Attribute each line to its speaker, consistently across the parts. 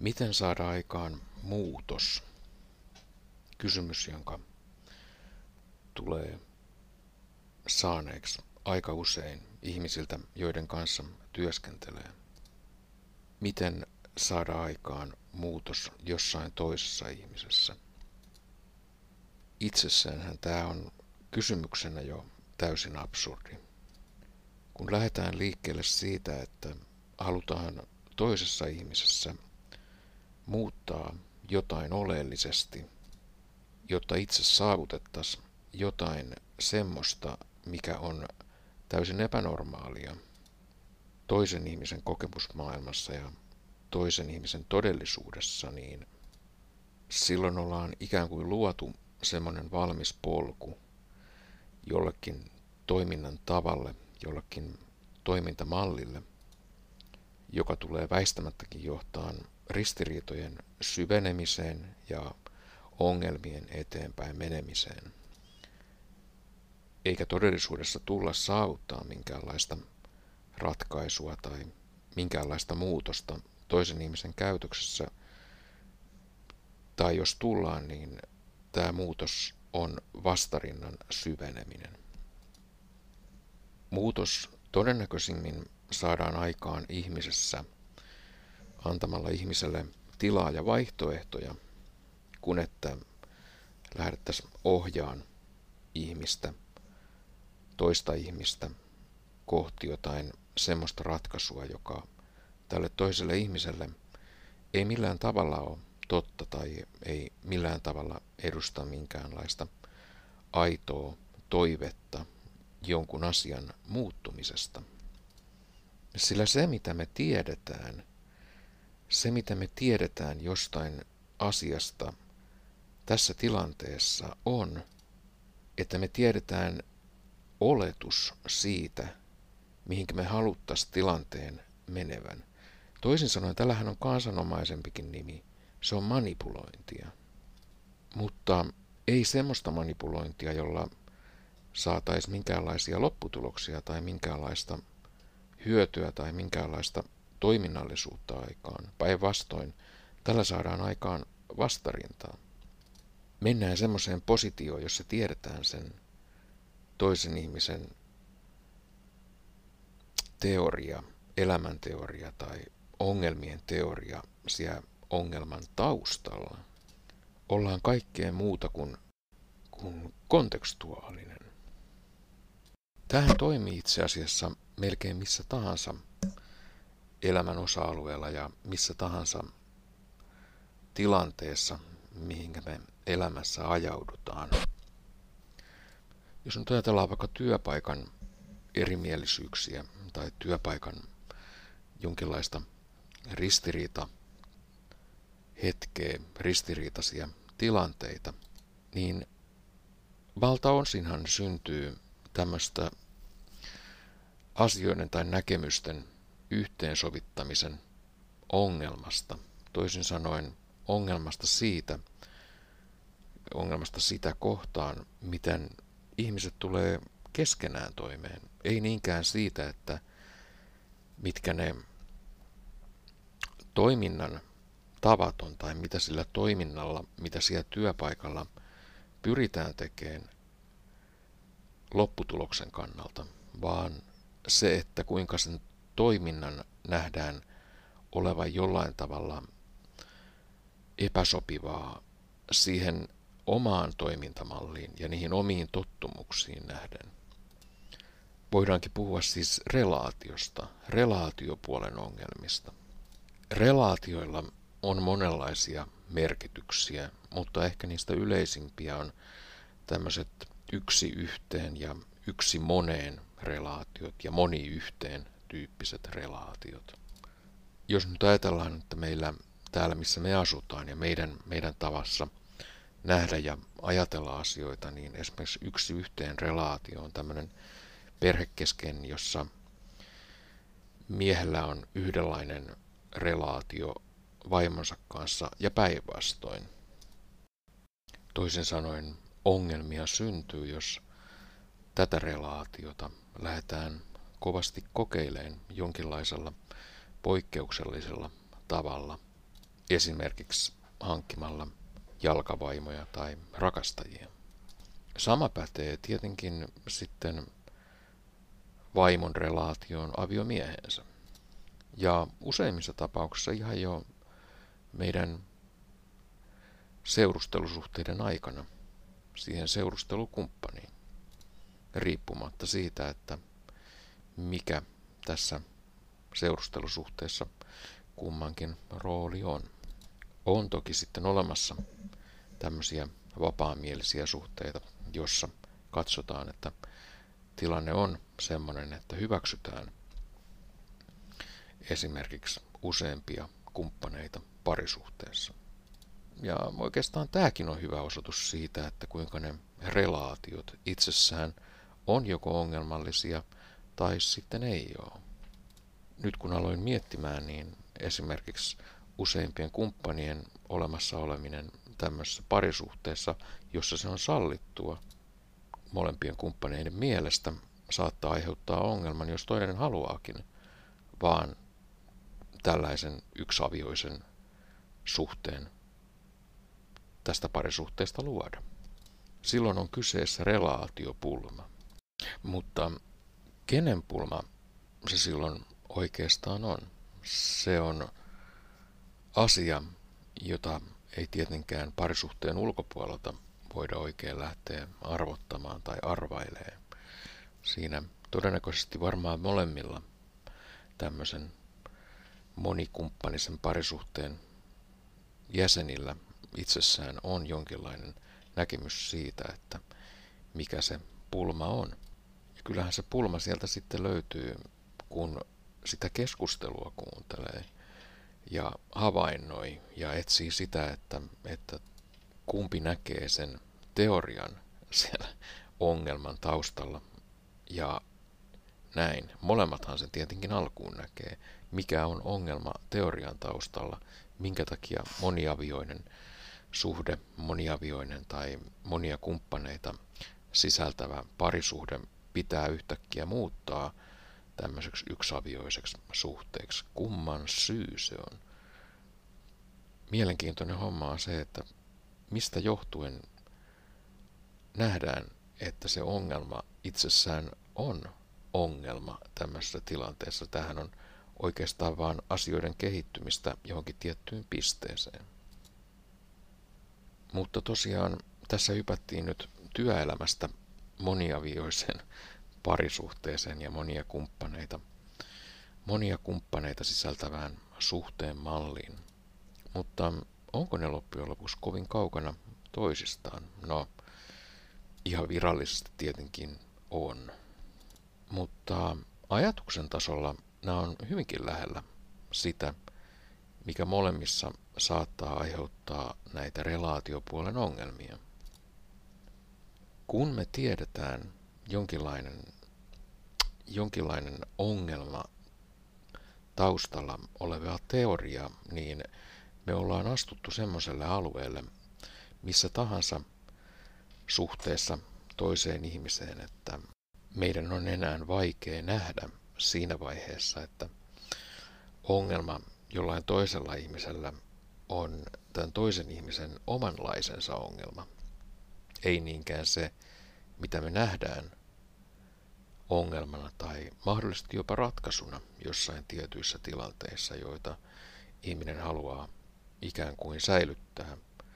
Speaker 1: Miten saada aikaan muutos? Kysymys, jonka tulee saaneeksi aika usein ihmisiltä, joiden kanssa työskentelee. Miten saada aikaan muutos jossain toisessa ihmisessä? Itsessäänhän tämä on kysymyksenä jo täysin absurdi. Kun lähdetään liikkeelle siitä, että halutaan toisessa ihmisessä muuttaa jotain oleellisesti, jotta itse saavutettaisiin jotain semmoista, mikä on täysin epänormaalia toisen ihmisen kokemusmaailmassa ja toisen ihmisen todellisuudessa, niin silloin ollaan ikään kuin luotu semmoinen valmis polku jollekin toiminnan tavalle, jollekin toimintamallille, joka tulee väistämättäkin johtaan ristiriitojen syvenemiseen ja ongelmien eteenpäin menemiseen. Eikä todellisuudessa tulla saavuttaa minkäänlaista ratkaisua tai minkäänlaista muutosta toisen ihmisen käytöksessä. Tai jos tullaan, niin tämä muutos on vastarinnan syveneminen. Muutos todennäköisimmin saadaan aikaan ihmisessä antamalla ihmiselle tilaa ja vaihtoehtoja, kun että lähdettäisiin ohjaan ihmistä, toista ihmistä kohti jotain semmoista ratkaisua, joka tälle toiselle ihmiselle ei millään tavalla ole totta tai ei millään tavalla edusta minkäänlaista aitoa toivetta jonkun asian muuttumisesta. Sillä se, mitä me tiedetään jostain asiasta tässä tilanteessa on, että me tiedetään oletus siitä, mihinkä me haluttaisiin tilanteen menevän. Toisin sanoen, tällähän on kansanomaisempikin nimi, se on manipulointia. Mutta ei semmoista manipulointia, jolla saataisiin minkäänlaisia lopputuloksia tai minkäänlaista hyötyä tai minkäänlaista toiminnallisuutta aikaan. Päinvastoin, tällä saadaan aikaan vastarintaa. Mennään semmoiseen positioon, jossa tiedetään sen toisen ihmisen teoria, elämänteoria tai ongelmien teoria siellä ongelman taustalla. Ollaan kaikkea muuta kuin kontekstuaalinen. Tämähän toimii itse asiassa melkein missä tahansa elämän osa-alueella ja missä tahansa tilanteessa, mihin me elämässä ajaudutaan. Jos nyt ajatellaan vaikka työpaikan erimielisyyksiä tai työpaikan jonkinlaista ristiriitahetkeä, ristiriitaisia tilanteita, niin valtaosinhan syntyy tämmöistä asioiden tai näkemysten yhteensovittamisen ongelmasta. Toisin sanoen ongelmasta sitä kohtaan, miten ihmiset tulee keskenään toimeen. Ei niinkään siitä, että mitkä ne toiminnan tavat on tai mitä sillä toiminnalla, mitä siellä työpaikalla pyritään tekemään lopputuloksen kannalta, vaan se, että kuinka sen toiminnan nähdään olevan jollain tavalla epäsopivaa siihen omaan toimintamalliin ja niihin omiin tottumuksiin nähden. Voidaankin puhua siis relaatiosta, relaatiopuolen ongelmista. Relaatioilla on monenlaisia merkityksiä, mutta ehkä niistä yleisimpiä on tämmöiset yksi yhteen ja yksi moneen relaatiot ja moni yhteen tyyppiset relaatiot. Jos nyt ajatellaan, että meillä täällä missä me asutaan ja meidän tavassa nähdä ja ajatella asioita, niin esimerkiksi yksi yhteen relaatio on tämmöinen perhekeskeinen, jossa miehellä on yhdenlainen relaatio vaimonsa kanssa ja päinvastoin. Toisin sanoen ongelmia syntyy, jos tätä relaatiota lähdetään kovasti kokeilemaan jonkinlaisella poikkeuksellisella tavalla. esimerkiksi hankkimalla jalkavaimoja tai rakastajia. Sama pätee tietenkin sitten vaimon relaatioon aviomiehensä. Ja useimmissa tapauksissa ihan jo meidän seurustelusuhteiden aikana siihen seurustelukumppaniin, riippumatta siitä, että mikä tässä seurustelusuhteessa kummankin rooli on. On toki sitten olemassa tämmöisiä vapaamielisiä suhteita, jossa katsotaan, että tilanne on semmoinen, että hyväksytään esimerkiksi useampia kumppaneita parisuhteessa. Ja oikeastaan tämäkin on hyvä osoitus siitä, että kuinka ne relaatiot itsessään on joko ongelmallisia tai sitten ei ole. Nyt kun aloin miettimään, niin esimerkiksi useimpien kumppanien olemassa oleminen tämmöisessä parisuhteessa, jossa se on sallittua, molempien kumppaneiden mielestä saattaa aiheuttaa ongelman, jos toinen haluaakin vaan tällaisen yksiavioisen suhteen tästä parisuhteesta luoda. Silloin on kyseessä relaatiopulma. Mutta kenen pulma se silloin oikeastaan on? Se on asia, jota ei tietenkään parisuhteen ulkopuolelta voida oikein lähteä arvottamaan tai arvailemaan. Siinä todennäköisesti varmaan molemmilla tämmöisen monikumppanisen parisuhteen jäsenillä itsessään on jonkinlainen näkemys siitä, että mikä se pulma on. Ja kyllähän se pulma sieltä sitten löytyy, kun sitä keskustelua kuuntelee ja havainnoi ja etsii sitä, että kumpi näkee sen teorian siellä ongelman taustalla. Ja näin. Molemmathan sen tietenkin alkuun näkee, mikä on ongelma teorian taustalla, minkä takia moniavioinen suhde, moniavioinen tai monia kumppaneita sisältävä parisuhde pitää yhtäkkiä muuttaa tämmöiseksi yksiavioiseksi suhteeksi. Kumman syy se on? Mielenkiintoinen homma on se, että mistä johtuen nähdään, että se ongelma itsessään on ongelma tämmöisessä tilanteessa. Tämähän on oikeastaan vain asioiden kehittymistä johonkin tiettyyn pisteeseen. Mutta tosiaan tässä hypättiin nyt työelämästä moniavioiseen parisuhteeseen ja monia kumppaneita sisältävään suhteen malliin. Mutta onko ne loppujen lopuksi kovin kaukana toisistaan? No, ihan virallisesti tietenkin on. Mutta ajatuksen tasolla nämä on hyvinkin lähellä sitä, mikä molemmissa saattaa aiheuttaa näitä relaatiopuolen ongelmia. Kun me tiedetään jonkinlainen ongelma taustalla oleva teoria, niin me ollaan astuttu semmoiselle alueelle, missä tahansa suhteessa toiseen ihmiseen, että meidän on enää vaikea nähdä siinä vaiheessa, että ongelma jollain toisella ihmisellä on tämän toisen ihmisen omanlaisensa ongelma. Ei niinkään se, mitä me nähdään ongelmana tai mahdollisesti jopa ratkaisuna jossain tietyissä tilanteissa, joita ihminen haluaa ikään kuin säilyttää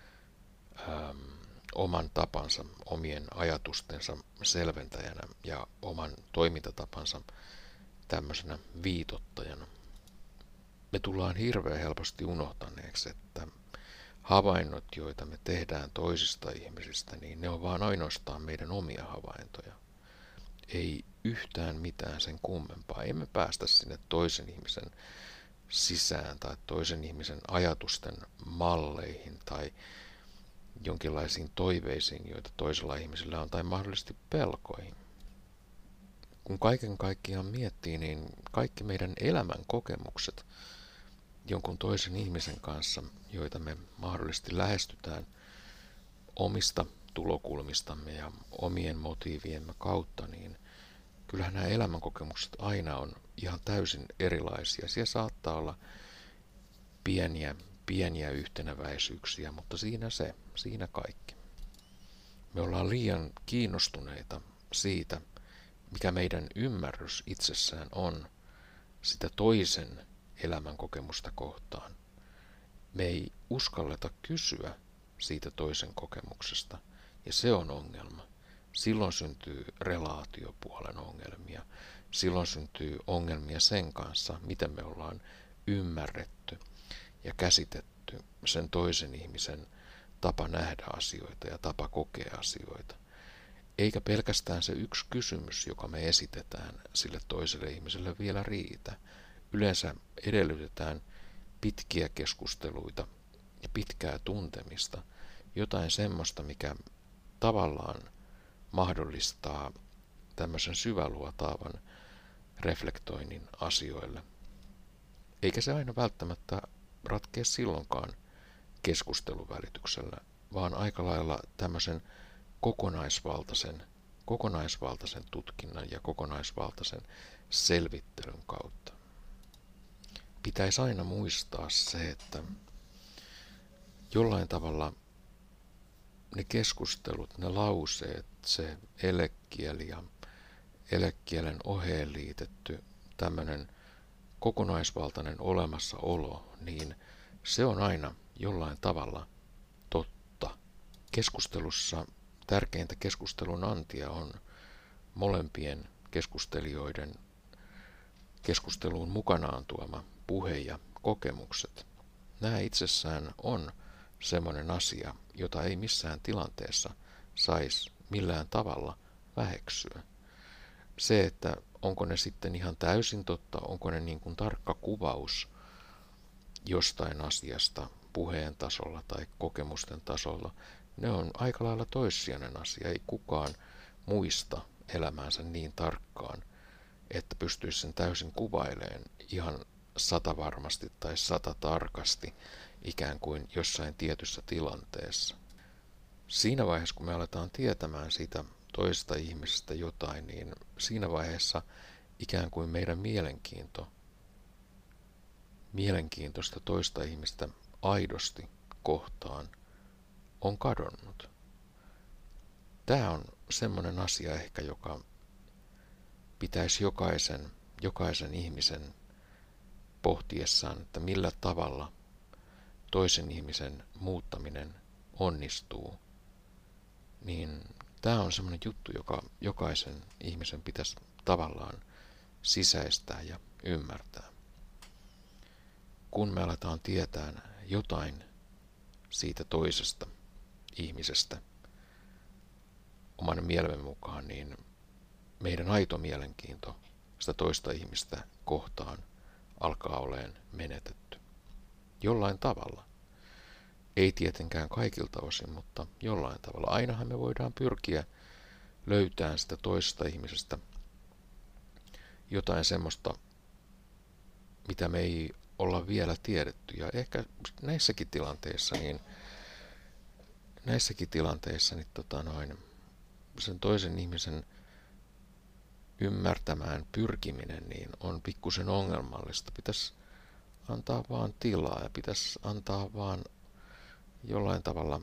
Speaker 1: oman tapansa, omien ajatustensa selventäjänä ja oman toimintatapansa tämmöisenä viitottajana. Me tullaan hirveän helposti unohtaneeksi, että havainnot, joita me tehdään toisista ihmisistä, niin ne on vaan ainoastaan meidän omia havaintoja. Ei yhtään mitään sen kummempaa. Emme päästä sinne toisen ihmisen sisään tai toisen ihmisen ajatusten malleihin tai jonkinlaisiin toiveisiin, joita toisella ihmisellä on, tai mahdollisesti pelkoihin. Kun kaiken kaikkiaan miettii, niin kaikki meidän elämän kokemukset jonkun toisen ihmisen kanssa, joita me mahdollisesti lähestytään omista tulokulmistamme ja omien motiiviemme kautta, niin kyllähän nämä elämänkokemukset aina on ihan täysin erilaisia. Siellä saattaa olla pieniä pieniä yhteneväisyyksiä, mutta siinä kaikki. Me ollaan liian kiinnostuneita siitä, mikä meidän ymmärrys itsessään on sitä toisen elämän kokemusta kohtaan. Me ei uskalleta kysyä siitä toisen kokemuksesta, ja se on ongelma. Silloin syntyy relaatiopuolen ongelmia. Silloin syntyy ongelmia sen kanssa, miten me ollaan ymmärretty ja käsitetty sen toisen ihmisen tapa nähdä asioita ja tapa kokea asioita. Eikä pelkästään se yksi kysymys, joka me esitetään sille toiselle ihmiselle vielä riitä. Yleensä edellytetään pitkiä keskusteluita ja pitkää tuntemista, jotain semmoista, mikä tavallaan mahdollistaa tämmöisen syväluotaavan reflektoinnin asioille. Eikä se aina välttämättä ratkea silloinkaan keskustelun välityksellä, vaan aika lailla tämmöisen kokonaisvaltaisen tutkinnan ja kokonaisvaltaisen selvittelyn kautta. Pitäisi aina muistaa se, että jollain tavalla ne keskustelut, ne lauseet, se elekieli ja elekielen oheen liitetty tämmöinen kokonaisvaltainen olemassaolo, niin se on aina jollain tavalla totta. Keskustelussa tärkeintä keskustelun antia on molempien keskustelijoiden keskusteluun mukanaan tuoma puhe ja kokemukset. Nämä itsessään on semmoinen asia, jota ei missään tilanteessa saisi millään tavalla väheksyä. Se, että onko ne sitten ihan täysin totta, onko ne niin kuin tarkka kuvaus jostain asiasta puheen tasolla tai kokemusten tasolla, ne on aika lailla toissijainen asia. Ei kukaan muista elämäänsä niin tarkkaan, että pystyisi sen täysin kuvailemaan ihan satavarmasti tai satatarkasti ikään kuin jossain tietyssä tilanteessa. Siinä vaiheessa, kun me aletaan tietämään siitä toisesta ihmisestä jotain, niin siinä vaiheessa ikään kuin meidän mielenkiintoista toista ihmistä aidosti kohtaan on kadonnut. Tämä on semmoinen asia ehkä, joka pitäisi jokaisen ihmisen pohtiessaan, että millä tavalla toisen ihmisen muuttaminen onnistuu, niin tämä on semmoinen juttu, joka jokaisen ihmisen pitäisi tavallaan sisäistää ja ymmärtää. Kun me aletaan tietää jotain siitä toisesta ihmisestä oman mielemme mukaan, niin meidän aito mielenkiinto sitä toista ihmistä kohtaan alkaa olemaan menetetty. Jollain tavalla. Ei tietenkään kaikilta osin, mutta jollain tavalla. Ainahan me voidaan pyrkiä löytämään sitä toisesta ihmisestä jotain semmoista, mitä me ei olla vielä tiedetty. Ja ehkä näissäkin tilanteissa sen toisen ihmisen ymmärtämään pyrkiminen niin on pikkusen ongelmallista. Pitäisi antaa vaan tilaa ja pitäisi antaa vaan jollain tavalla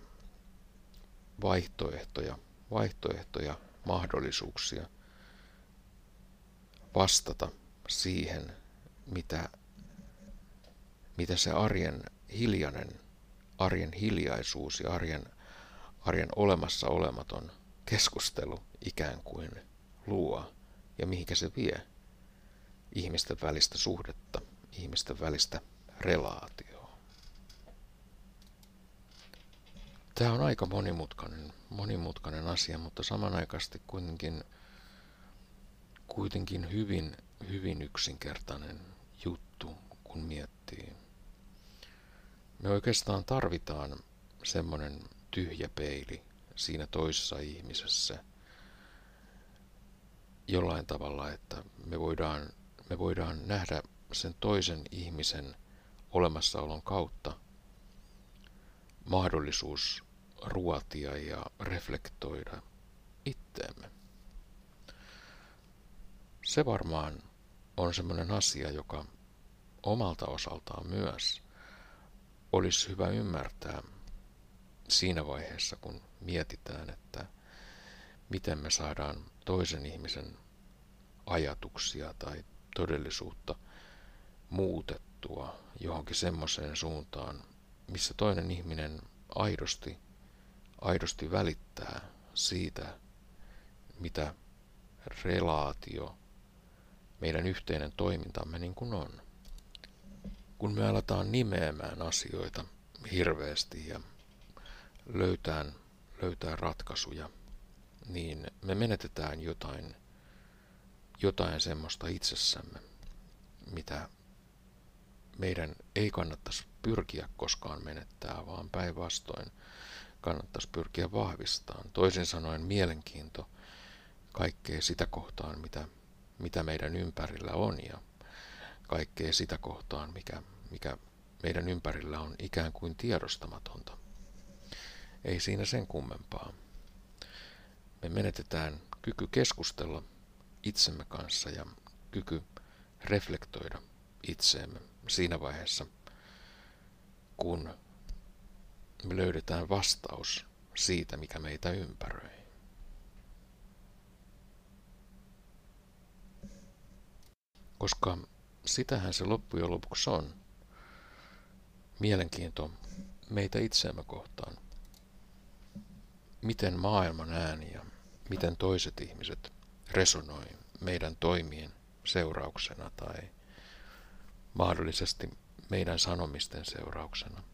Speaker 1: vaihtoehtoja, mahdollisuuksia vastata siihen, mitä se arjen hiljaisuus ja arjen olemassa olematon keskustelu ikään kuin luo ja mihinkä se vie ihmisten välistä suhdetta, ihmisten välistä relaatioa. Tämä on aika monimutkainen asia, mutta samanaikaisesti kuitenkin hyvin yksinkertainen juttu, kun miettii. Me oikeastaan tarvitaan semmoinen tyhjä peili siinä toisessa ihmisessä jollain tavalla, että me voidaan nähdä sen toisen ihmisen olemassaolon kautta mahdollisuus ruotia ja reflektoida itteemme. Se varmaan on semmoinen asia, joka omalta osaltaan myös olisi hyvä ymmärtää siinä vaiheessa, kun mietitään, että miten me saadaan toisen ihmisen ajatuksia tai todellisuutta muutettua johonkin semmoiseen suuntaan, missä toinen ihminen aidosti välittää siitä, mitä relaatio, meidän yhteinen toimintamme niin kuin on. Kun me aletaan nimeämään asioita hirveästi ja löytää ratkaisuja, niin me menetetään jotain semmoista itsessämme, mitä meidän ei kannattaisi pyrkiä koskaan menettää, vaan päinvastoin kannattaisi pyrkiä vahvistamaan. Toisin sanoen mielenkiinto kaikkea sitä kohtaan, mitä meidän ympärillä on, ja kaikkea sitä kohtaan, mikä meidän ympärillä on ikään kuin tiedostamatonta. Ei siinä sen kummempaa. Me menetetään kyky keskustella itsemme kanssa ja kyky reflektoida itseemme siinä vaiheessa, kun me löydetään vastaus siitä, mikä meitä ympäröi. Koska sitähän se loppujen lopuksi on. Mielenkiinto meitä itseämme kohtaan. Miten maailman ääni ja miten toiset ihmiset resonoi meidän toimien seurauksena tai mahdollisesti meidän sanomisten seurauksena.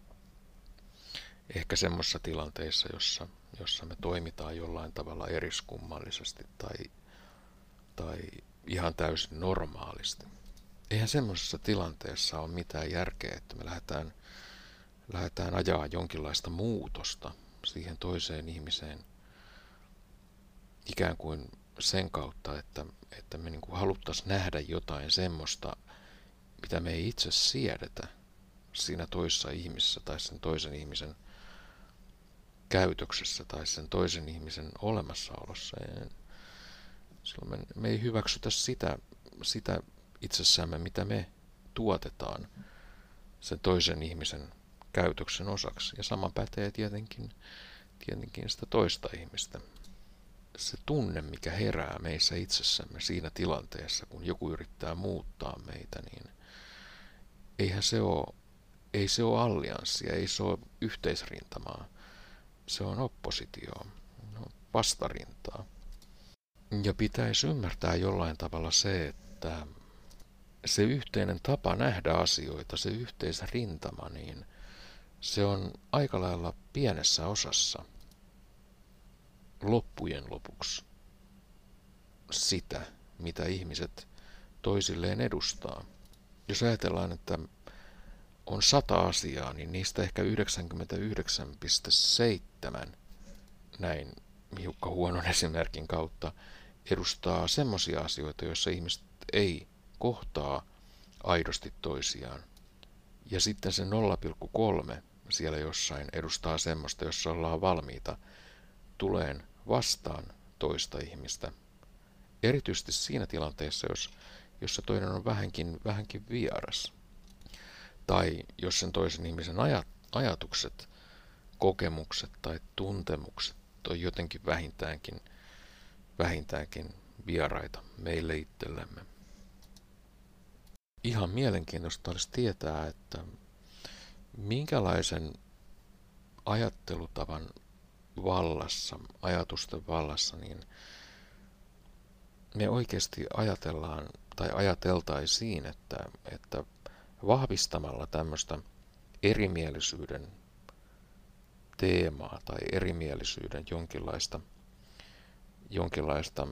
Speaker 1: Ehkä semmoisissa tilanteissa, jossa me toimitaan jollain tavalla eriskummallisesti tai ihan täysin normaalisti. Eihän semmoisessa tilanteessa ole mitään järkeä, että me lähdetään ajaa jonkinlaista muutosta siihen toiseen ihmiseen ikään kuin sen kautta, että me niin kuin haluttaisiin nähdä jotain semmoista, mitä me ei itse siedetä siinä toisessa ihmisessä tai sen toisen ihmisen käytöksessä tai sen toisen ihmisen olemassaolossa. Silloin me ei hyväksytä sitä itsessämme, mitä me tuotetaan sen toisen ihmisen käytöksen osaksi. Ja sama pätee tietenkin sitä toista ihmistä. Se tunne, mikä herää meissä itsessämme siinä tilanteessa, kun joku yrittää muuttaa meitä, niin ei se ole allianssia, ei se ole yhteisrintamaa. Se on oppositio, vastarintaa. Ja pitäisi ymmärtää jollain tavalla se, että se yhteinen tapa nähdä asioita, se yhteisrintama, niin se on aika lailla pienessä osassa loppujen lopuksi sitä, mitä ihmiset toisilleen edustaa. Jos ajatellaan, että on 100 asiaa, niin niistä ehkä 99,7 näin hiukka huonon esimerkin kautta edustaa semmoisia asioita, joissa ihmiset ei kohtaa aidosti toisiaan. Ja sitten se 0,3 siellä jossain edustaa semmoista, jossa ollaan valmiita tuleen vastaan toista ihmistä. Erityisesti siinä tilanteessa, jossa toinen on vähänkin vieras. Tai jos sen toisen ihmisen ajatukset, kokemukset tai tuntemukset on jotenkin vähintäänkin vieraita meille itsellemme. Ihan mielenkiintoista olisi tietää, että minkälaisen ajattelutavan vallassa, ajatusten vallassa, niin me oikeasti ajatellaan tai ajateltaisiin, että vahvistamalla tämmöistä erimielisyyden teemaa tai erimielisyyden jonkinlaista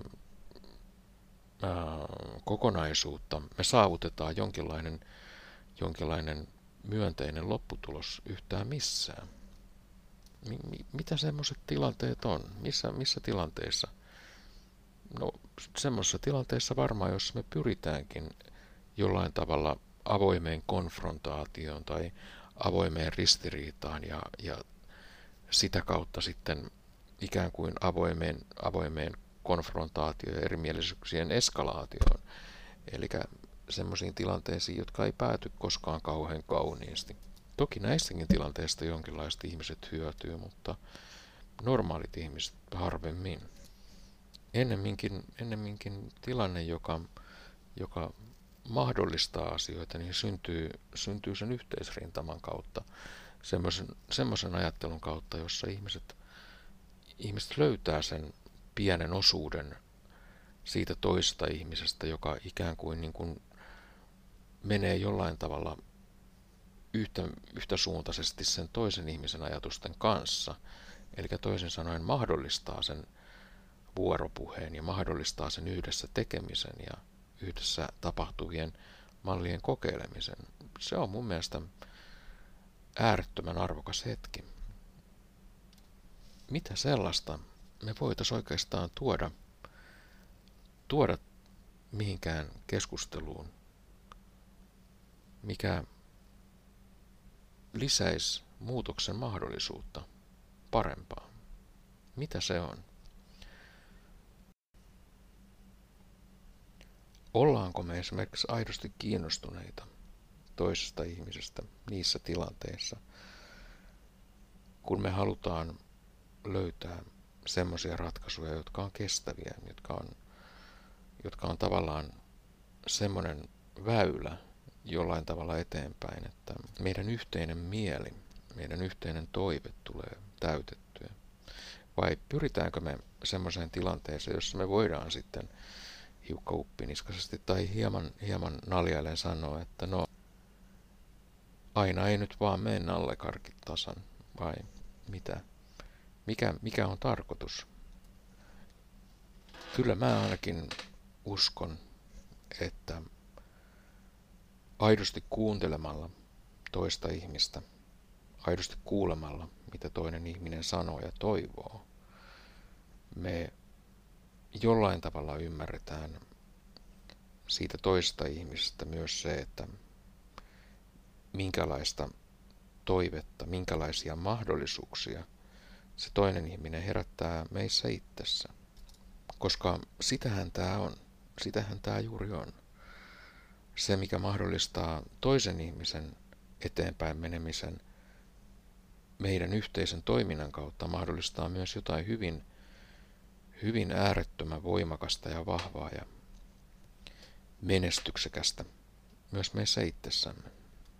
Speaker 1: kokonaisuutta, me saavutetaan jonkinlainen myönteinen lopputulos yhtään missään. Mitä semmoiset tilanteet on? Missä tilanteissa? No, semmoisessa tilanteessa varmaan, jos me pyritäänkin jollain tavalla avoimeen konfrontaatioon tai avoimeen ristiriitaan ja sitä kautta sitten ikään kuin avoimeen konfrontaatioon ja erimielisyyksien eskalaatioon. Eli semmoisiin tilanteisiin, jotka ei pääty koskaan kauhean kauniisti. Toki näistäkin tilanteista jonkinlaiset ihmiset hyötyy, mutta normaalit ihmiset harvemmin. Ennemminkin tilanne, joka mahdollistaa asioita, niin syntyy sen yhteisrintaman kautta, semmoisen ajattelun kautta, jossa ihmiset löytää sen pienen osuuden siitä toista ihmisestä, joka ikään kuin menee jollain tavalla yhtäsuuntaisesti sen toisen ihmisen ajatusten kanssa. Eli toisin sanoen mahdollistaa sen vuoropuheen ja mahdollistaa sen yhdessä tekemisen ja yhdessä tapahtuvien mallien kokeilemisen. Se on mun mielestä äärettömän arvokas hetki. Mitä sellaista me voitaisiin oikeastaan tuoda mihinkään keskusteluun, mikä lisäisi muutoksen mahdollisuutta parempaan? Mitä se on? Ollaanko me esimerkiksi aidosti kiinnostuneita toisesta ihmisestä niissä tilanteissa, kun me halutaan löytää semmoisia ratkaisuja, jotka on kestäviä, jotka on tavallaan semmoinen väylä jollain tavalla eteenpäin, että meidän yhteinen mieli, meidän yhteinen toive tulee täytettyä. Vai pyritäänkö me semmoiseen tilanteeseen, jossa me voidaan sitten hiukka uppiniskaisesti tai hieman naljaillen sanoa, että no, aina ei nyt vaan mene nallekarkit tasan, vai mitä? Mikä on tarkoitus? Kyllä mä ainakin uskon, että aidosti kuuntelemalla toista ihmistä, aidosti kuulemalla, mitä toinen ihminen sanoo ja toivoo, me jollain tavalla ymmärretään siitä toisesta ihmisestä myös se, että minkälaista toivetta, minkälaisia mahdollisuuksia se toinen ihminen herättää meissä itsessä. Koska sitähän tämä juuri on. Se, mikä mahdollistaa toisen ihmisen eteenpäin menemisen meidän yhteisen toiminnan kautta, mahdollistaa myös jotain hyvin äärettömän voimakasta ja vahvaa ja menestyksekästä myös meissä itsessämme.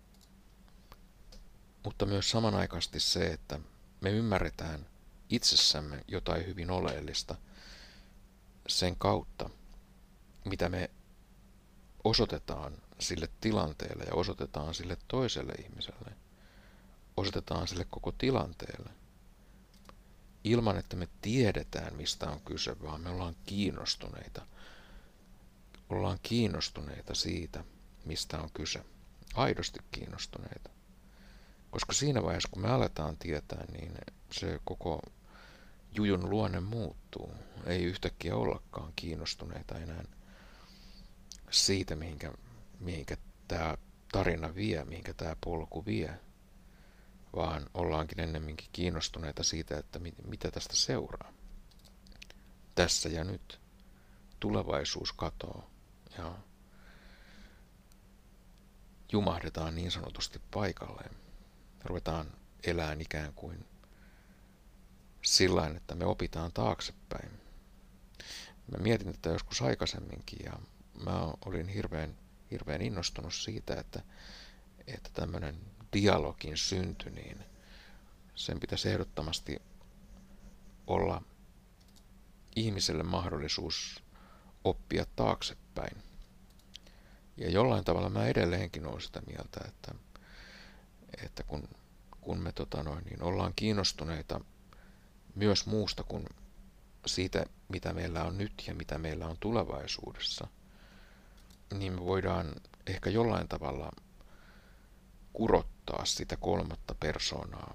Speaker 1: Mutta myös samanaikaisesti se, että me ymmärretään itsessämme jotain hyvin oleellista sen kautta, mitä me osoitetaan sille tilanteelle ja osoitetaan sille toiselle ihmiselle, osoitetaan sille koko tilanteelle, ilman että me tiedetään, mistä on kyse, vaan me ollaan kiinnostuneita. Ollaan kiinnostuneita siitä, mistä on kyse. Aidosti kiinnostuneita. Koska siinä vaiheessa, kun me aletaan tietää, niin se koko jujun luonne muuttuu. Ei yhtäkkiä ollakaan kiinnostuneita enää siitä, mihinkä tämä tarina vie, mihinkä tämä polku vie, vaan ollaankin ennemminkin kiinnostuneita siitä, että mitä tästä seuraa. Tässä ja nyt tulevaisuus katoo ja jumahdetaan niin sanotusti paikalleen. Ruvetaan elämään ikään kuin sillain, että me opitaan taaksepäin. Mä mietin tätä joskus aikaisemminkin ja mä olin hirveän innostunut siitä, että tämmöinen dialogin synty, niin sen pitäisi ehdottomasti olla ihmiselle mahdollisuus oppia taaksepäin. Ja jollain tavalla mä edelleenkin olen sitä mieltä, että kun me niin ollaan kiinnostuneita myös muusta kuin siitä, mitä meillä on nyt ja mitä meillä on tulevaisuudessa, niin me voidaan ehkä jollain tavalla kurottaa sitä kolmatta persoonaa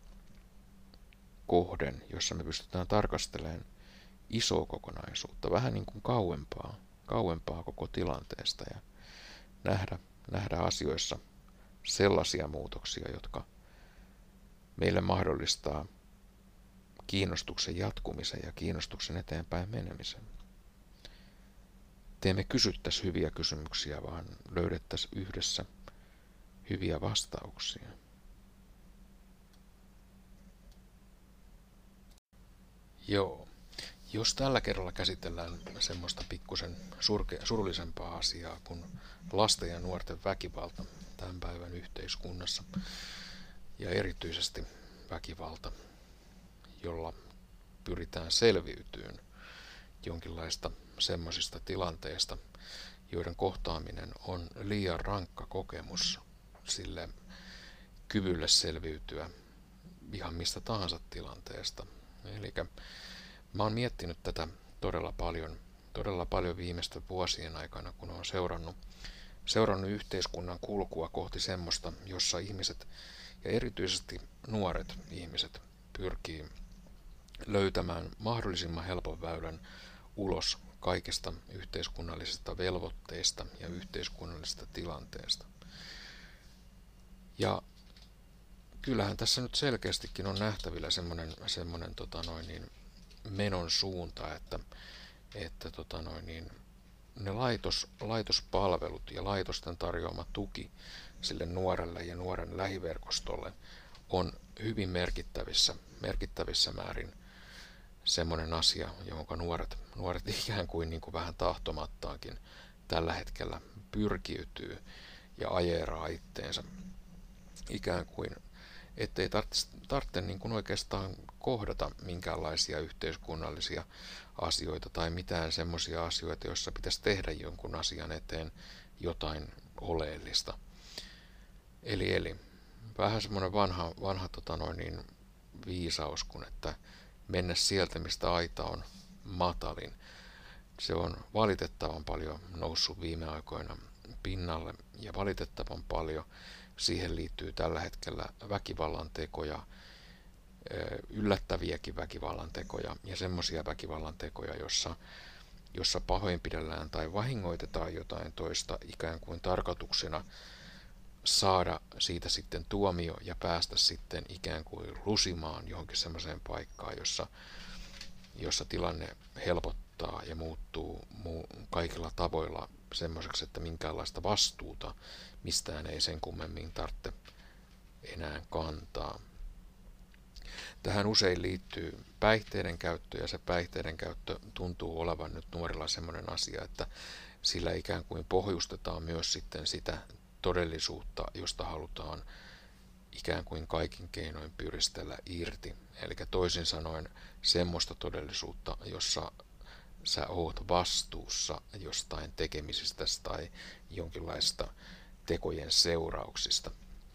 Speaker 1: kohden, jossa me pystytään tarkastelemaan isoa kokonaisuutta, vähän niin kuin kauempaa koko tilanteesta ja nähdä asioissa sellaisia muutoksia, jotka meille mahdollistaa kiinnostuksen jatkumisen ja kiinnostuksen eteenpäin menemisen. Teemme kysyttäisi hyviä kysymyksiä, vaan löydettäisiin yhdessä hyviä vastauksia. Joo. Jos tällä kerralla käsitellään semmoista pikkusen surullisempaa asiaa kuin lasten ja nuorten väkivalta tämän päivän yhteiskunnassa ja erityisesti väkivalta, jolla pyritään selviytymään jonkinlaista semmoisista tilanteista, joiden kohtaaminen on liian rankka kokemus sille kyvylle selviytyä ihan mistä tahansa tilanteesta. Eli mä oon miettinyt tätä todella paljon viimeisten vuosien aikana, kun oon seurannut yhteiskunnan kulkua kohti semmoista, jossa ihmiset ja erityisesti nuoret ihmiset pyrkii löytämään mahdollisimman helpon väylän ulos kaikista yhteiskunnallisista velvoitteista ja yhteiskunnallisista tilanteesta. Ja kyllähän tässä nyt selkeästikin on nähtävillä semmoinen menon suunta, että ne laitospalvelut ja laitosten tarjoama tuki sille nuorelle ja nuoren lähiverkostolle on hyvin merkittävissä määrin semmoinen asia, johon nuoret ikään kuin vähän tahtomattaankin tällä hetkellä pyrkiytyy ja ajeraa itteensä ikään kuin, ettei tarvitse niin kuin oikeastaan kohdata minkäänlaisia yhteiskunnallisia asioita tai mitään semmoisia asioita, joissa pitäisi tehdä jonkun asian eteen jotain oleellista. Eli vähän semmoinen vanha viisaus, kun että mennä sieltä, mistä aita on matalin. Se on valitettavan paljon noussut viime aikoina pinnalle ja valitettavan paljon siihen liittyy tällä hetkellä väkivallantekoja, yllättäviäkin väkivallantekoja ja semmoisia väkivallantekoja, jossa pahoinpidellään tai vahingoitetaan jotain toista ikään kuin tarkoituksena saada siitä sitten tuomio ja päästä sitten ikään kuin lusimaan johonkin semmoiseen paikkaan, jossa tilanne helpottaa ja muuttuu kaikilla tavoilla semmoiseksi, että minkäänlaista vastuuta mistään ei sen kummemmin tarvitse enää kantaa. Tähän usein liittyy päihteiden käyttö, ja se päihteiden käyttö tuntuu olevan nyt nuorilla semmoinen asia, että sillä ikään kuin pohjustetaan myös sitten sitä todellisuutta, josta halutaan ikään kuin kaikin keinoin pyristellä irti. Eli toisin sanoen semmoista todellisuutta, jossa sä oot vastuussa jostain tekemisistä tai jonkinlaista tekojen seurauksista.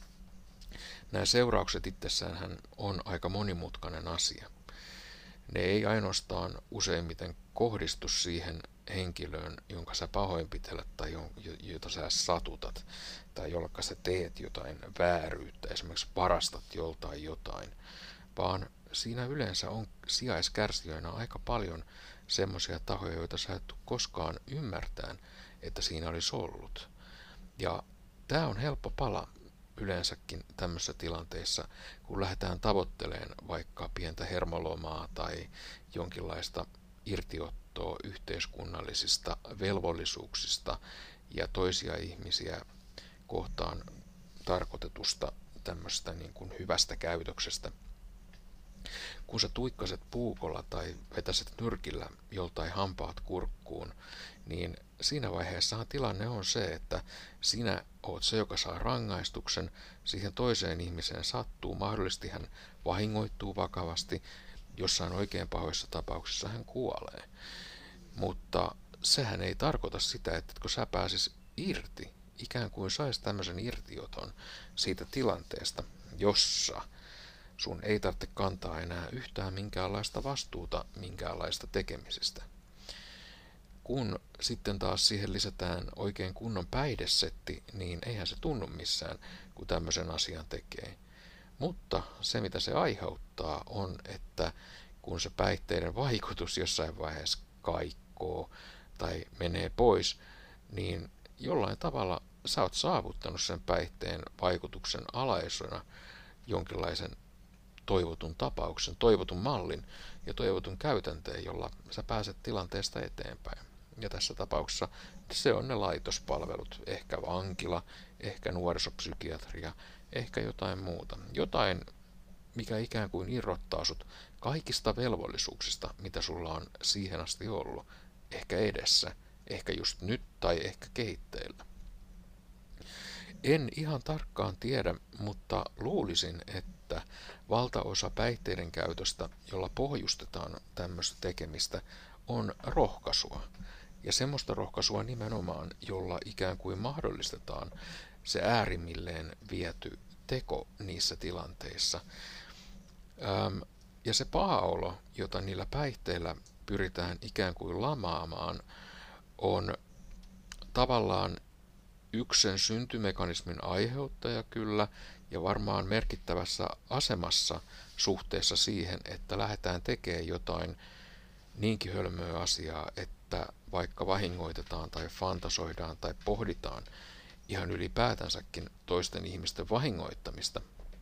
Speaker 1: Nämä seuraukset itsessään on aika monimutkainen asia. Ne ei ainoastaan useimmiten kohdistu siihen henkilöön, jonka sä pahoinpitelet tai jota sä satutat tai jolleka sä teet jotain vääryyttä, esimerkiksi varastat joltain jotain, vaan siinä yleensä on sijaiskärsijöinä aika paljon semmoisia tahoja, joita sä et koskaan ymmärtää, että siinä olisi ollut. Ja tämä on helppo pala yleensäkin tämmöisissä tilanteissa, kun lähdetään tavoittelemaan vaikka pientä hermolomaa tai jonkinlaista irtiottoa yhteiskunnallisista velvollisuuksista ja toisia ihmisiä kohtaan tarkoitetusta tämmöistä niin kuin hyvästä käytöksestä. Kun sä tuikkaset puukolla tai vetäset nyrkillä joltain hampaat kurkkuun, niin siinä vaiheessahan tilanne on se, että sinä oot se, joka saa rangaistuksen, siihen toiseen ihmiseen sattuu, mahdollisesti hän vahingoittuu vakavasti, jossain oikein pahoissa tapauksissa hän kuolee. Mutta sehän ei tarkoita sitä, että kun sä pääsis irti, ikään kuin sais tämmöisen irtioton siitä tilanteesta, jossa sun ei tarvitse kantaa enää yhtään minkäänlaista vastuuta minkäänlaista tekemisestä. Kun sitten taas siihen lisätään oikein kunnon päihdesetti, niin eihän se tunnu missään, kun tämmöisen asian tekee. Mutta se, mitä se aiheuttaa, on, että kun se päihteiden vaikutus jossain vaiheessa kaikkoo tai menee pois, niin jollain tavalla sä oot saavuttanut sen päihteen vaikutuksen alaisena jonkinlaisen toivotun tapauksen, toivotun mallin ja toivotun käytänteen, jolla sä pääset tilanteesta eteenpäin. Ja tässä tapauksessa se on ne laitospalvelut, ehkä vankila, ehkä nuorisopsykiatria, ehkä jotain muuta. Jotain mikä ikään kuin irrottaa sut kaikista velvollisuuksista, mitä sulla on siihen asti ollut, ehkä edessä, ehkä just nyt tai ehkä kehitteillä. En ihan tarkkaan tiedä, mutta luulisin, että valtaosa päihteiden käytöstä, jolla pohjustetaan tämmöistä tekemistä, on rohkaisua. Ja semmoista rohkaisua nimenomaan, jolla ikään kuin mahdollistetaan se äärimmilleen viety teko niissä tilanteissa. Ja se paha olo, jota niillä päihteillä pyritään ikään kuin lamaamaan, on tavallaan yksi sen syntymekanismin aiheuttaja kyllä, ja varmaan merkittävässä asemassa suhteessa siihen, että lähdetään tekemään jotain niinkin hölmöä asiaa, että vaikka vahingoitetaan tai fantasoidaan tai pohditaan ihan ylipäätänsäkin toisten ihmisten vahingoittamista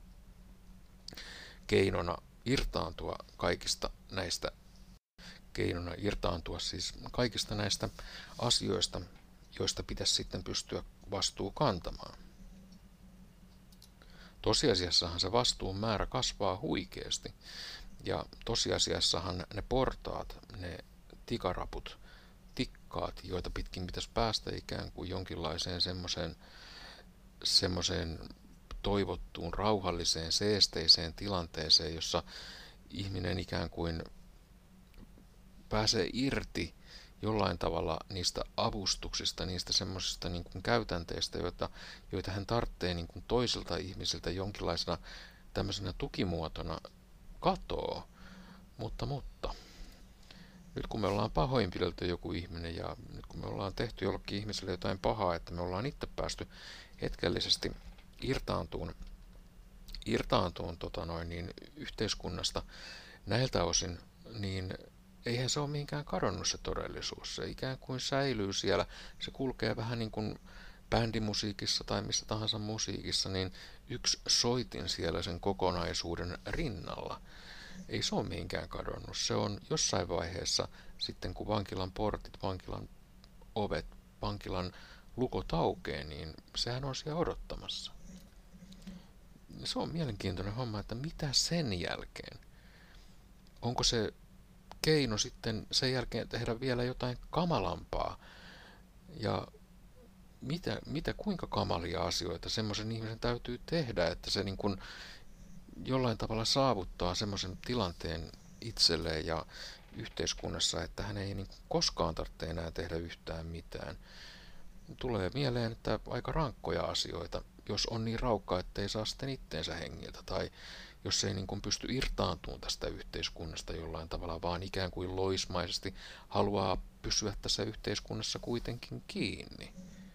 Speaker 1: keinona irtaantua siis kaikista näistä asioista, joista pitäisi sitten pystyä vastuu kantamaan. Tosiasiassahan se vastuun määrä kasvaa huikeasti, ja tosiasiassahan ne portaat, ne tikaraput, tikkaat, joita pitkin pitäisi päästä ikään kuin jonkinlaiseen semmoiseen toivottuun, rauhalliseen, seesteiseen tilanteeseen, jossa ihminen ikään kuin pääsee irti jollain tavalla niistä avustuksista, niistä semmoisista niin kuin käytänteistä, joita hän tarvitsee niin kuin toisilta ihmisiltä jonkinlaisena tämmöisenä tukimuotona katoo. Mutta, nyt kun me ollaan pahoinpidelty joku ihminen ja nyt kun me ollaan tehty jollekin ihmiselle jotain pahaa, että me ollaan itse päästy hetkellisesti irtaantuun yhteiskunnasta näiltä osin, niin eihän se ole mihinkään kadonnut se todellisuus. Se ikään kuin säilyy siellä. Se kulkee vähän niin kuin bändimusiikissa tai missä tahansa musiikissa, niin yksi soitin siellä sen kokonaisuuden rinnalla. Ei se ole mihinkään kadonnut. Se on jossain vaiheessa sitten, kun vankilan portit, vankilan ovet, vankilan lukot aukeaa, niin sehän on siellä odottamassa. Se on mielenkiintoinen homma, että mitä sen jälkeen? Onko se keino sitten sen jälkeen tehdä vielä jotain kamalampaa? Ja kuinka kamalia asioita semmoisen ihmisen täytyy tehdä, että se niin kuin jollain tavalla saavuttaa semmoisen tilanteen itselleen ja yhteiskunnassa, että hän ei niin kuin koskaan tarvitse enää tehdä yhtään mitään. Tulee mieleen, että aika rankkoja asioita, jos on niin raukka, ettei saa sitten itteensä hengiltä, tai jos ei niin kuin pysty irtaantumaan tästä yhteiskunnasta jollain tavalla, vaan ikään kuin loismaisesti haluaa pysyä tässä yhteiskunnassa kuitenkin kiinni.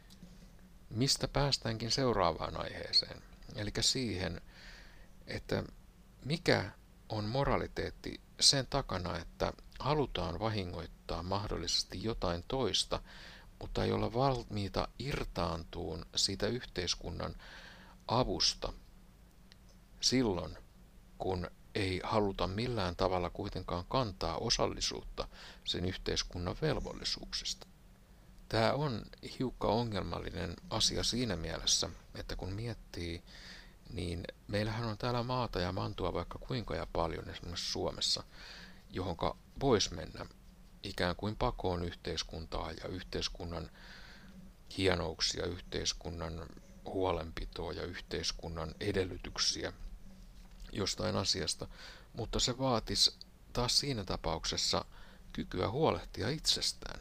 Speaker 1: Mistä päästäänkin seuraavaan aiheeseen, eli siihen, että mikä on moraliteetti sen takana, että halutaan vahingoittaa mahdollisesti jotain toista, mutta ei olla valmiita irtaantuun siitä yhteiskunnan avusta silloin, kun ei haluta millään tavalla kuitenkaan kantaa osallisuutta sen yhteiskunnan velvollisuuksista. Tämä on hiukka ongelmallinen asia siinä mielessä, että kun miettii, niin meillähän on täällä maata ja mantua vaikka kuinka ja paljon esimerkiksi Suomessa, johonka voisi mennä ikään kuin pakoon yhteiskuntaa ja yhteiskunnan hienouksia, yhteiskunnan huolenpitoa ja yhteiskunnan edellytyksiä jostain asiasta, mutta se vaatisi taas siinä tapauksessa kykyä huolehtia itsestään,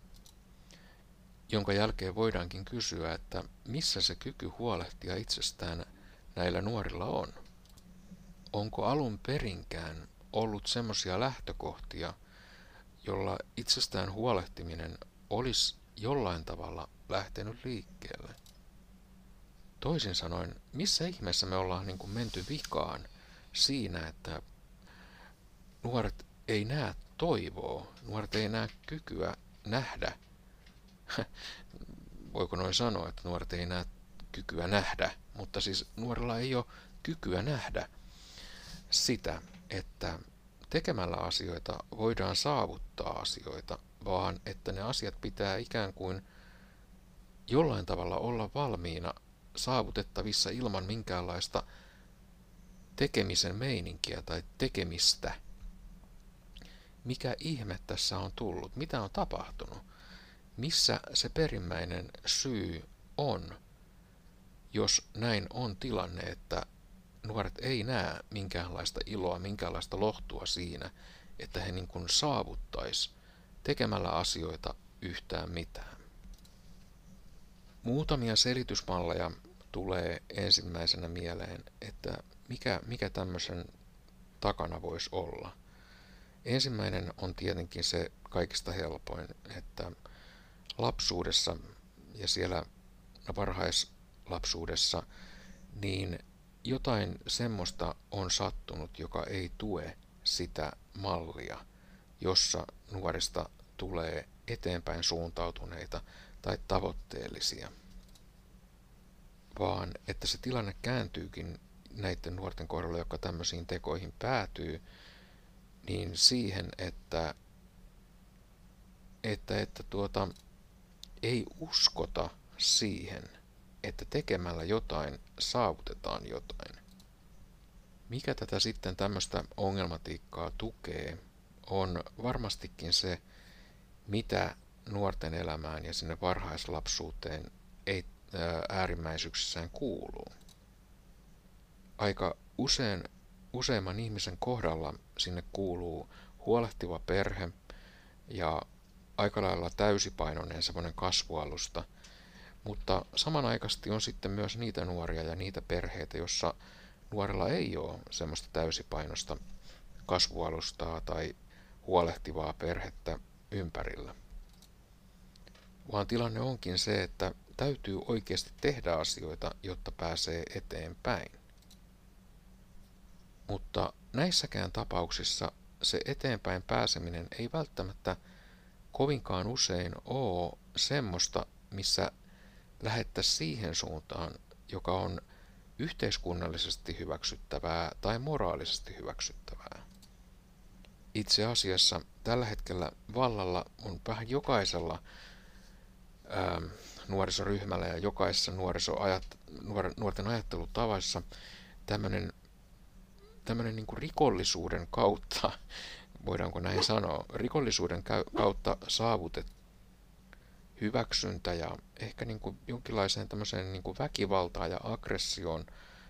Speaker 1: jonka jälkeen voidaankin kysyä, että missä se kyky huolehtia itsestään näillä nuorilla on. Onko alun perinkään ollut semmoisia lähtökohtia, jolla itsestään huolehtiminen olisi jollain tavalla lähtenyt liikkeelle? Toisin sanoen, missä ihmeessä me ollaan niin kuin menty vikaan siinä, että nuoret ei näe toivoa, nuoret ei näe kykyä nähdä. Voiko noin sanoa, että nuoret ei näe kykyä nähdä, mutta siis nuorilla ei ole kykyä nähdä sitä, että tekemällä asioita voidaan saavuttaa asioita, vaan että ne asiat pitää ikään kuin jollain tavalla olla valmiina saavutettavissa ilman minkäänlaista tekemisen meininkiä tai tekemistä. Mikä ihme tässä on tullut? Mitä on tapahtunut? Missä se perimmäinen syy on, jos näin on tilanne, että nuoret ei näe minkäänlaista iloa, minkäänlaista lohtua siinä, että he niin kuin saavuttaisi tekemällä asioita yhtään mitään. Muutamia selitysmalleja tulee ensimmäisenä mieleen, että mikä tämmöisen takana voisi olla. Ensimmäinen on tietenkin se kaikista helpoin, että lapsuudessa ja siellä varhaislapsuudessa niin jotain semmoista on sattunut, joka ei tue sitä mallia, jossa nuorista tulee eteenpäin suuntautuneita tai tavoitteellisia, vaan että se tilanne kääntyykin näiden nuorten kohdalla, jotka tämmöisiin tekoihin päätyy, niin siihen, että ei uskota siihen, että tekemällä jotain saavutetaan jotain. Mikä tätä sitten tämmöistä ongelmatiikkaa tukee, on varmastikin se, mitä nuorten elämään ja sinne varhaislapsuuteen ei äärimmäisyyksissään kuuluu. Aika useimman ihmisen kohdalla sinne kuuluu huolehtiva perhe ja aika lailla täysipainoinen semmoinen kasvualusta, mutta samanaikaisesti on sitten myös niitä nuoria ja niitä perheitä, jossa nuorella ei ole semmoista täysipainosta kasvualustaa tai huolehtivaa perhettä ympärillä. Vaan tilanne onkin se, että täytyy oikeasti tehdä asioita, jotta pääsee eteenpäin. Mutta näissäkään tapauksissa se eteenpäin pääseminen ei välttämättä kovinkaan usein ole semmoista, missä lähettäisiin siihen suuntaan, joka on yhteiskunnallisesti hyväksyttävää tai moraalisesti hyväksyttävää. Itse asiassa tällä hetkellä vallalla on vähän jokaisella nuorisoryhmällä ja jokaisessa nuorten ajattelutavassa tämmöinen niin kuin rikollisuuden kautta, voidaanko näin sanoa, rikollisuuden kautta saavutettu hyväksyntä ja ehkä niin kuin jonkinlaiseen tämmöiseen niin kuin väkivaltaan ja aggressioon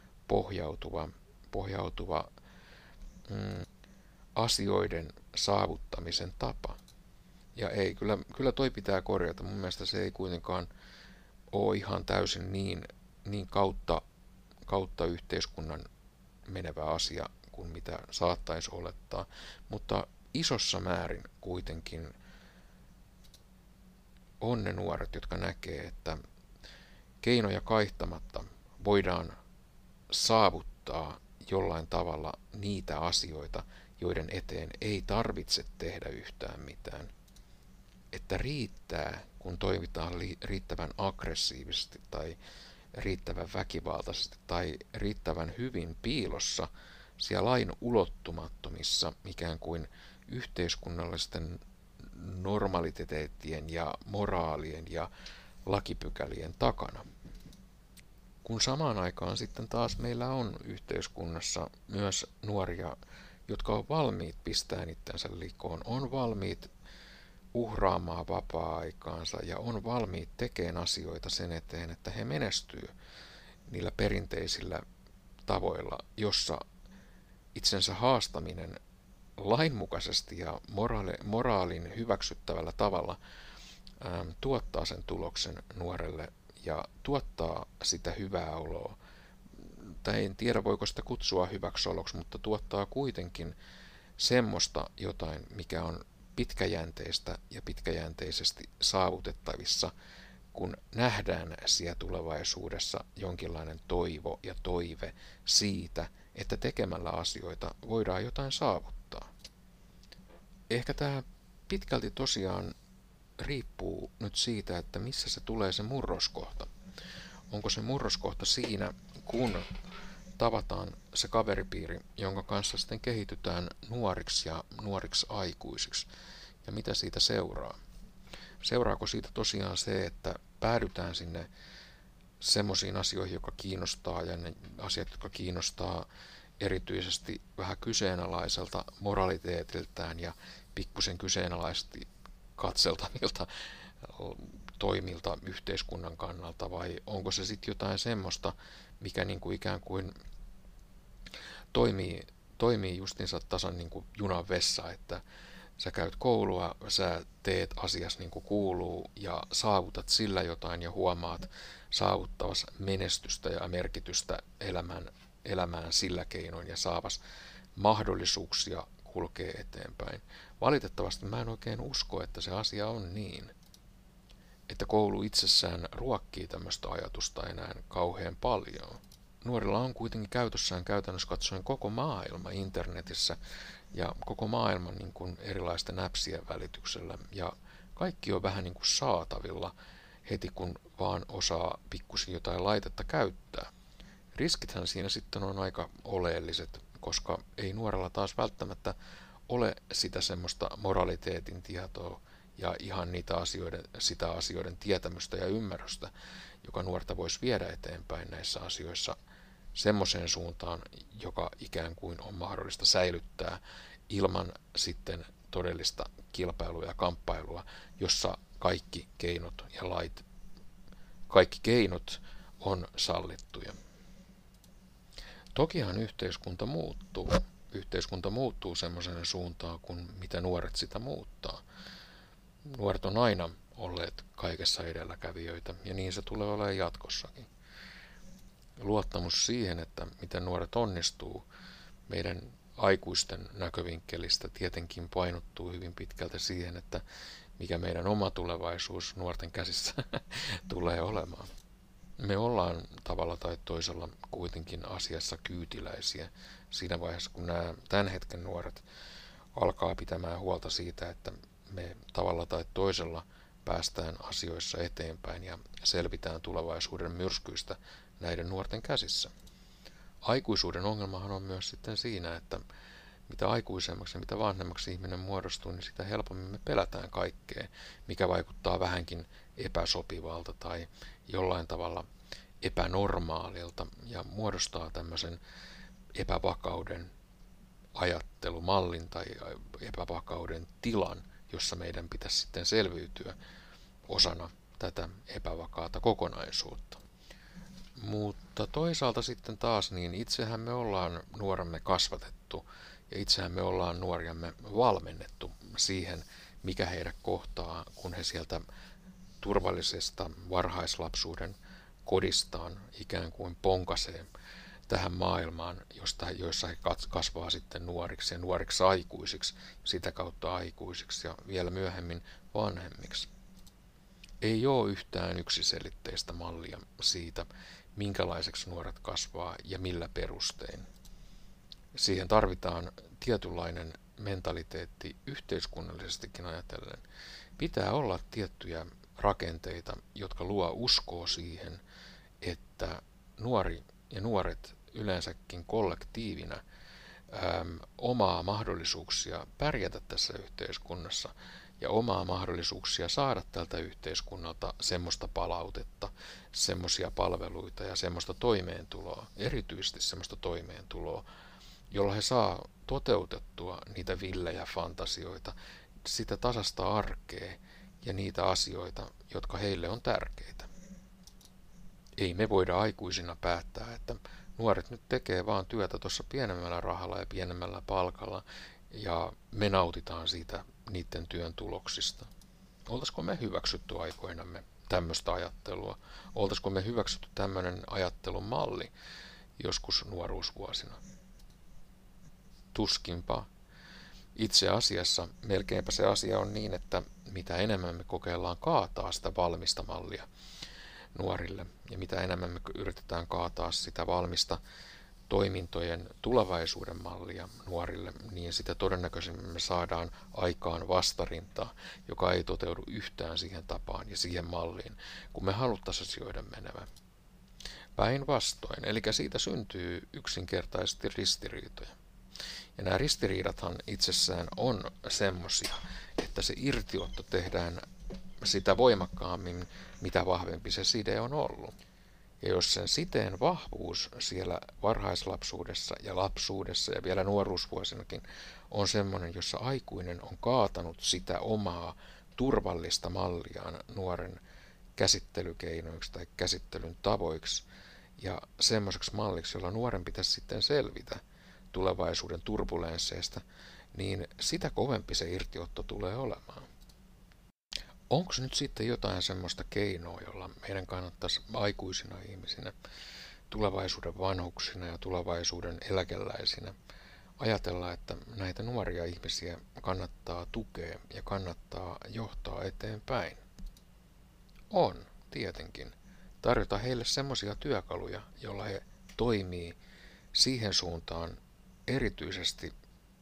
Speaker 1: pohjautuva asioiden saavuttamisen tapa. Ja ei, kyllä toi pitää korjata. Mun mielestä se ei kuitenkaan ole ihan täysin niin kautta yhteiskunnan menevä asia kuin mitä saattaisi olettaa, mutta isossa määrin kuitenkin on ne nuoret, jotka näkee, että keinoja kaihtamatta voidaan saavuttaa jollain tavalla niitä asioita, joiden eteen ei tarvitse tehdä yhtään mitään. Että riittää, kun toimitaan riittävän aggressiivisesti tai riittävän väkivaltaisesti tai riittävän hyvin piilossa siellä lain ulottumattomissa ikään kuin yhteiskunnallisten normaliteettien ja moraalien ja lakipykälien takana. Kun samaan aikaan sitten taas meillä on yhteiskunnassa myös nuoria, jotka on valmiit pistämään itsensä likoon, on valmiit uhraamaan vapaa-aikaansa ja on valmiit tekemään asioita sen eteen, että he menestyy niillä perinteisillä tavoilla, jossa itsensä haastaminen lainmukaisesti ja moraalin hyväksyttävällä tavalla tuottaa sen tuloksen nuorelle ja tuottaa sitä hyvää oloa. Tai en tiedä, voiko sitä kutsua hyväksi oloksi, mutta tuottaa kuitenkin semmoista jotain, mikä on pitkäjänteistä ja pitkäjänteisesti saavutettavissa, kun nähdään siellä tulevaisuudessa jonkinlainen toivo ja toive siitä, että tekemällä asioita voidaan jotain saavuttaa. Ehkä tämä pitkälti tosiaan riippuu nyt siitä, että missä se tulee se murroskohta. Onko se murroskohta siinä, kun tavataan se kaveripiiri, jonka kanssa sitten kehitytään nuoriksi ja nuoriksi aikuisiksi. Ja mitä siitä seuraa? Seuraako siitä tosiaan se, että päädytään sinne semmoisiin asioihin, jotka kiinnostaa ja ne asiat, jotka kiinnostaa erityisesti vähän kyseenalaiselta moraliteetiltään ja pikkusen kyseenalaisesti katseltavilta toimilta yhteiskunnan kannalta, vai onko se sitten jotain semmoista, mikä niin kuin ikään kuin toimii justinsa tasan niin kuin junan vessa, että sä käyt koulua, sä teet asias niin kuin kuuluu ja saavutat sillä jotain ja huomaat saavuttavas menestystä ja merkitystä elämään sillä keinoin ja saavas mahdollisuuksia kulkee eteenpäin. Valitettavasti mä en oikein usko, että se asia on niin, että koulu itsessään ruokkii tämmöistä ajatusta enää kauhean paljon. Nuorilla on kuitenkin käytössään käytännössä katsoen koko maailma internetissä ja koko maailman niin kuin erilaisten appsien välityksellä. Ja kaikki on vähän niin kuin saatavilla heti kun vaan osaa pikkusin jotain laitetta käyttää. Riskithän siinä sitten on aika oleelliset, koska ei nuorella taas välttämättä ole sitä semmoista moraliteetin tietoa ja ihan sitä asioiden tietämystä ja ymmärrystä, joka nuorta voisi viedä eteenpäin näissä asioissa semmoiseen suuntaan, joka ikään kuin on mahdollista säilyttää ilman sitten todellista kilpailua ja kamppailua, jossa kaikki keinot on sallittuja. Tokihan yhteiskunta muuttuu. Yhteiskunta muuttuu semmoiseen suuntaan, kuin mitä nuoret sitä muuttaa. Nuoret on aina olleet kaikessa edelläkävijöitä, ja niin se tulee olemaan jatkossakin. Luottamus siihen, että miten nuoret onnistuu, meidän aikuisten näkövinkkelistä tietenkin painottuu hyvin pitkälti siihen, että mikä meidän oma tulevaisuus nuorten käsissä tulee olemaan. Me ollaan tavalla tai toisella kuitenkin asiassa kyytiläisiä siinä vaiheessa, kun nämä tämän hetken nuoret alkaa pitämään huolta siitä, että me tavalla tai toisella päästään asioissa eteenpäin ja selvitään tulevaisuuden myrskyistä näiden nuorten käsissä. Aikuisuuden ongelmahan on myös sitten siinä, että mitä aikuisemmaksi ja mitä vanhemmaksi ihminen muodostuu, niin sitä helpommin me pelätään kaikkea, mikä vaikuttaa vähänkin epäsopivalta tai jollain tavalla epänormaalilta ja muodostaa tämmöisen epävakauden ajattelumallin tai epävakauden tilan, jossa meidän pitäisi sitten selviytyä osana tätä epävakaata kokonaisuutta. Mutta toisaalta sitten taas, niin itsehän me ollaan nuoremme kasvatettu ja itsehän me ollaan nuoriamme valmennettu siihen, mikä heidät kohtaa, kun he sieltä turvallisesta varhaislapsuuden kodistaan ikään kuin ponkasee tähän maailmaan, jossa he kasvaa sitten nuoriksi ja nuoriksi aikuisiksi, sitä kautta aikuisiksi ja vielä myöhemmin vanhemmiksi. Ei ole yhtään yksiselitteistä mallia siitä, minkälaiseksi nuoret kasvaa ja millä perustein. Siihen tarvitaan tietynlainen mentaliteetti yhteiskunnallisestikin ajatellen. Pitää olla tiettyjä rakenteita, jotka luo uskoa siihen, että nuori ja nuoret yleensäkin kollektiivina omaa mahdollisuuksia pärjätä tässä yhteiskunnassa ja omaa mahdollisuuksia saada tältä yhteiskunnalta semmoista palautetta, semmoisia palveluita ja semmoista toimeentuloa, erityisesti semmoista toimeentuloa, jolla he saa toteutettua niitä villejä fantasioita, sitä tasasta arkea ja niitä asioita, jotka heille on tärkeitä. Ei me voida aikuisina päättää, että nuoret nyt tekee vaan työtä tuossa pienemmällä rahalla ja pienemmällä palkalla ja me nautitaan siitä niiden työn tuloksista. Oltaisiko me hyväksytty aikoinamme tämmöistä ajattelua? Oltaisiko me hyväksytty tämmöinen ajattelun malli joskus nuoruusvuosina? Tuskinpa. Itse asiassa melkeinpä se asia on niin, että mitä enemmän me kokeillaan kaataa sitä valmista mallia nuorille ja mitä enemmän me yritetään kaataa sitä valmista toimintojen tulevaisuuden mallia nuorille, niin sitä todennäköisemmin me saadaan aikaan vastarintaa, joka ei toteudu yhtään siihen tapaan ja siihen malliin, kun me haluttaisiin asioiden menevän. Päinvastoin, eli siitä syntyy yksinkertaisesti ristiriitoja. Ja nämä ristiriidathan itsessään on semmoisia, että se irtiotto tehdään sitä voimakkaammin, mitä vahvempi se side on ollut. Ja jos sen siteen vahvuus siellä varhaislapsuudessa ja lapsuudessa ja vielä nuoruusvuosinakin on semmoinen, jossa aikuinen on kaatanut sitä omaa turvallista malliaan nuoren käsittelykeinoiksi tai käsittelyn tavoiksi ja semmoiseksi malliksi, jolla nuoren pitäisi sitten selvitä tulevaisuuden turbulensseista, niin sitä kovempi se irtiotto tulee olemaan. Onko nyt sitten jotain semmoista keinoa, jolla meidän kannattaisi aikuisina ihmisinä, tulevaisuuden vanhuksina ja tulevaisuuden eläkeläisinä ajatella, että näitä nuoria ihmisiä kannattaa tukea ja kannattaa johtaa eteenpäin? On, tietenkin. Tarjota heille semmoisia työkaluja, joilla he toimii siihen suuntaan erityisesti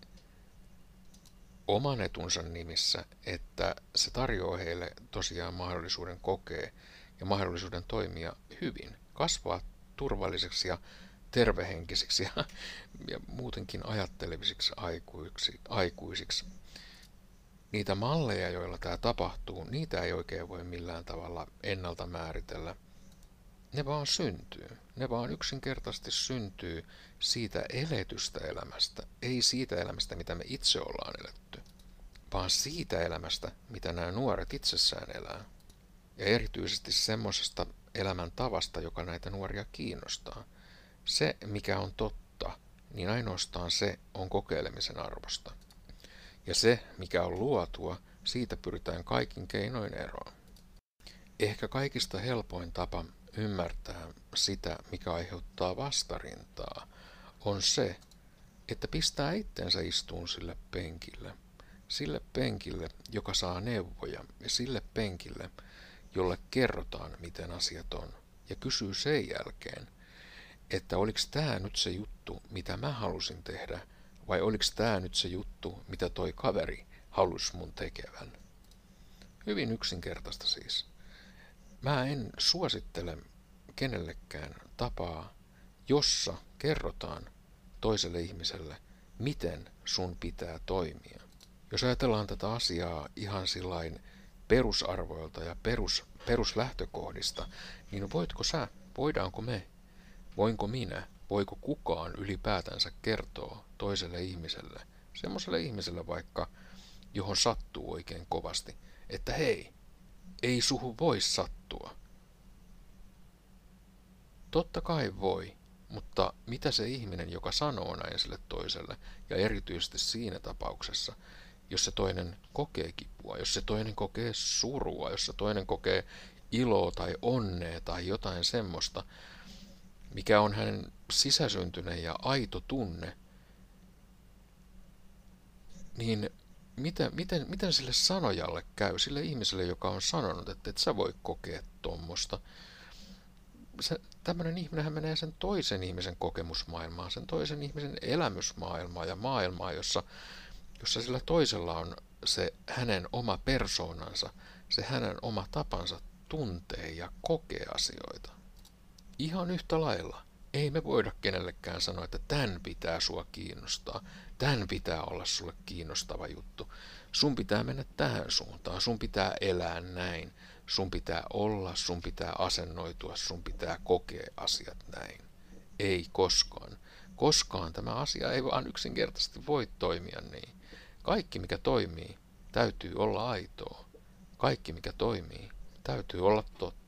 Speaker 1: oman etunsa nimissä, että se tarjoaa heille tosiaan mahdollisuuden kokea ja mahdollisuuden toimia hyvin, kasvaa turvallisiksi ja tervehenkisiksi ja muutenkin ajattelevisiksi aikuisiksi. Niitä malleja, joilla tämä tapahtuu, niitä ei oikein voi millään tavalla ennalta määritellä. Ne vaan syntyy. Ne vaan yksinkertaisesti syntyy siitä eletystä elämästä, ei siitä elämästä, mitä me itse ollaan eletty, vaan siitä elämästä, mitä nämä nuoret itsessään elää. Ja erityisesti semmoisesta elämäntavasta, joka näitä nuoria kiinnostaa. Se, mikä on totta, niin ainoastaan se on kokeilemisen arvosta. Ja se, mikä on luotua, siitä pyritään kaikin keinoin eroon. Ehkä kaikista helpoin tapa ymmärtää sitä, mikä aiheuttaa vastarintaa, on se, että pistää itsensä istuun sille penkille, joka saa neuvoja, ja sille penkille, jolle kerrotaan, miten asiat on, ja kysyy sen jälkeen, että oliko tämä nyt se juttu, mitä mä halusin tehdä, vai oliko tämä nyt se juttu, mitä toi kaveri halusi mun tekevän. Hyvin yksinkertaista siis. Mä en suosittele kenellekään tapaa, jossa kerrotaan toiselle ihmiselle, miten sun pitää toimia. Jos ajatellaan tätä asiaa ihan sillain perusarvoilta ja peruslähtökohdista, niin voitko sä, voidaanko me, voinko minä, voiko kukaan ylipäätänsä kertoa toiselle ihmiselle, semmoiselle ihmiselle vaikka, johon sattuu oikein kovasti, että hei, ei suhu voi sattua. Totta kai voi, mutta mitä se ihminen, joka sanoo näin sille toiselle, ja erityisesti siinä tapauksessa, jos se toinen kokee kipua, jos se toinen kokee surua, jos se toinen kokee iloa tai onnea tai jotain semmoista, mikä on hänen sisäsyntyinen ja aito tunne, niin miten sille sanojalle käy, sille ihmiselle, joka on sanonut, että et sä voi kokea tommosta. Tämmöinen ihminenhän menee sen toisen ihmisen kokemusmaailmaan, sen toisen ihmisen elämysmaailmaan ja maailmaan, jossa sillä toisella on se hänen oma persoonansa, se hänen oma tapansa tuntee ja kokee asioita. Ihan yhtä lailla. Ei me voida kenellekään sanoa, että tämän pitää sua kiinnostaa, tämän pitää olla sulle kiinnostava juttu. Sun pitää mennä tähän suuntaan, sun pitää elää näin, sun pitää olla, sun pitää asennoitua, sun pitää kokea asiat näin. Ei koskaan. Koskaan tämä asia ei vaan yksinkertaisesti voi toimia niin. Kaikki mikä toimii, täytyy olla aitoa. Kaikki mikä toimii, täytyy olla totta.